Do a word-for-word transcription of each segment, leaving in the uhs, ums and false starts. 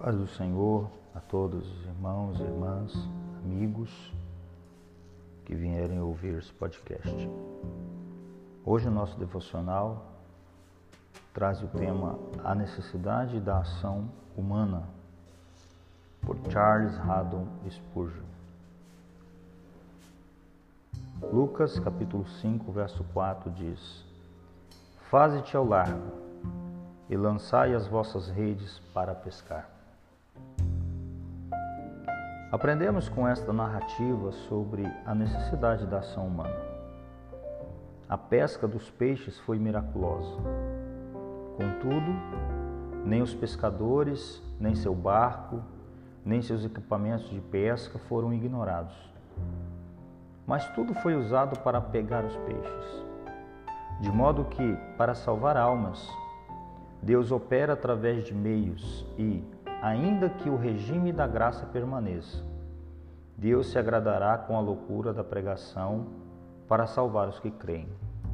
Paz do Senhor a todos os irmãos, irmãs, amigos que vierem ouvir esse podcast. Hoje o nosso devocional traz o tema A Necessidade da Ação Humana, por Charles Haddon Spurgeon. Lucas capítulo cinco, verso quatro diz: Faze-te ao largo e lançai as vossas redes para pescar. Aprendemos com esta narrativa sobre a necessidade da ação humana. A pesca dos peixes foi miraculosa. Contudo, nem os pescadores, nem seu barco, nem seus equipamentos de pesca foram ignorados. Mas tudo foi usado para pegar os peixes. De modo que, para salvar almas, Deus opera através de meios e, ainda que o regime da graça permaneça, Deus se agradará com a loucura da pregação para salvar os que creem.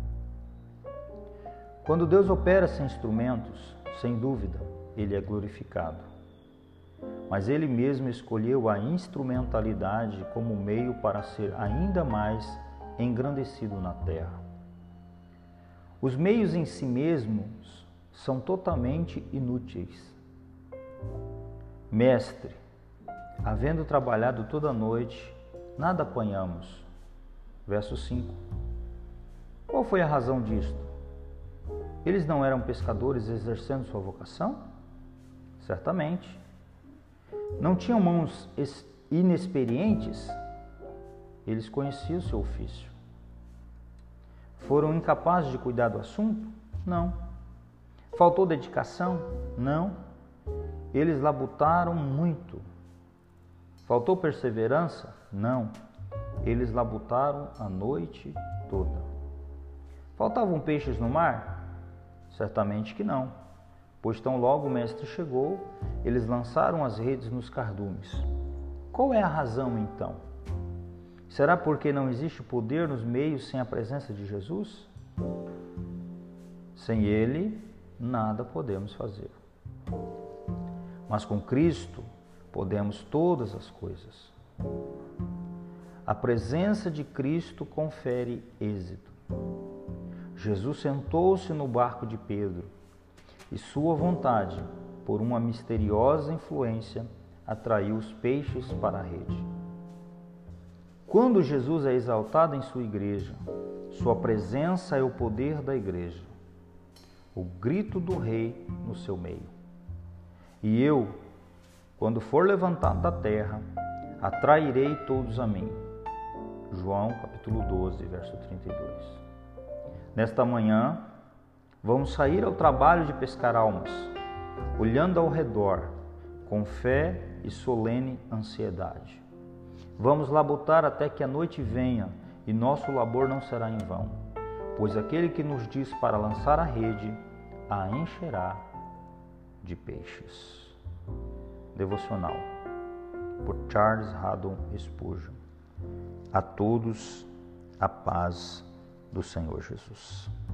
Quando Deus opera sem instrumentos, sem dúvida, Ele é glorificado. Mas Ele mesmo escolheu a instrumentalidade como meio para ser ainda mais engrandecido na terra. Os meios em si mesmos são totalmente inúteis. Mestre, havendo trabalhado toda a noite, nada apanhamos. Verso cinco. Qual foi a razão disto? Eles não eram pescadores exercendo sua vocação? Certamente. Não tinham mãos inexperientes? Eles conheciam o seu ofício. Foram incapazes de cuidar do assunto? Não. Faltou dedicação? Não. Eles labutaram muito. Faltou perseverança? Não. Eles labutaram a noite toda. Faltavam peixes no mar? Certamente que não, pois tão logo o mestre chegou, eles lançaram as redes nos cardumes. Qual é a razão, então? Será porque não existe poder nos meios sem a presença de Jesus? Sem Ele, nada podemos fazer. Mas com Cristo, podemos todas as coisas. A presença de Cristo confere êxito. Jesus sentou-se no barco de Pedro e sua vontade, por uma misteriosa influência, atraiu os peixes para a rede. Quando Jesus é exaltado em sua igreja, sua presença é o poder da igreja, o grito do rei no seu meio. E eu, quando for levantado da terra, atrairei todos a mim. João capítulo doze, verso trinta e dois. Nesta manhã, vamos sair ao trabalho de pescar almas, olhando ao redor, com fé e solene ansiedade. Vamos labutar até que a noite venha, e nosso labor não será em vão, pois aquele que nos diz para lançar a rede, a encherá de peixes. Devocional, por Charles Haddon Spurgeon. A todos, a paz do Senhor Jesus.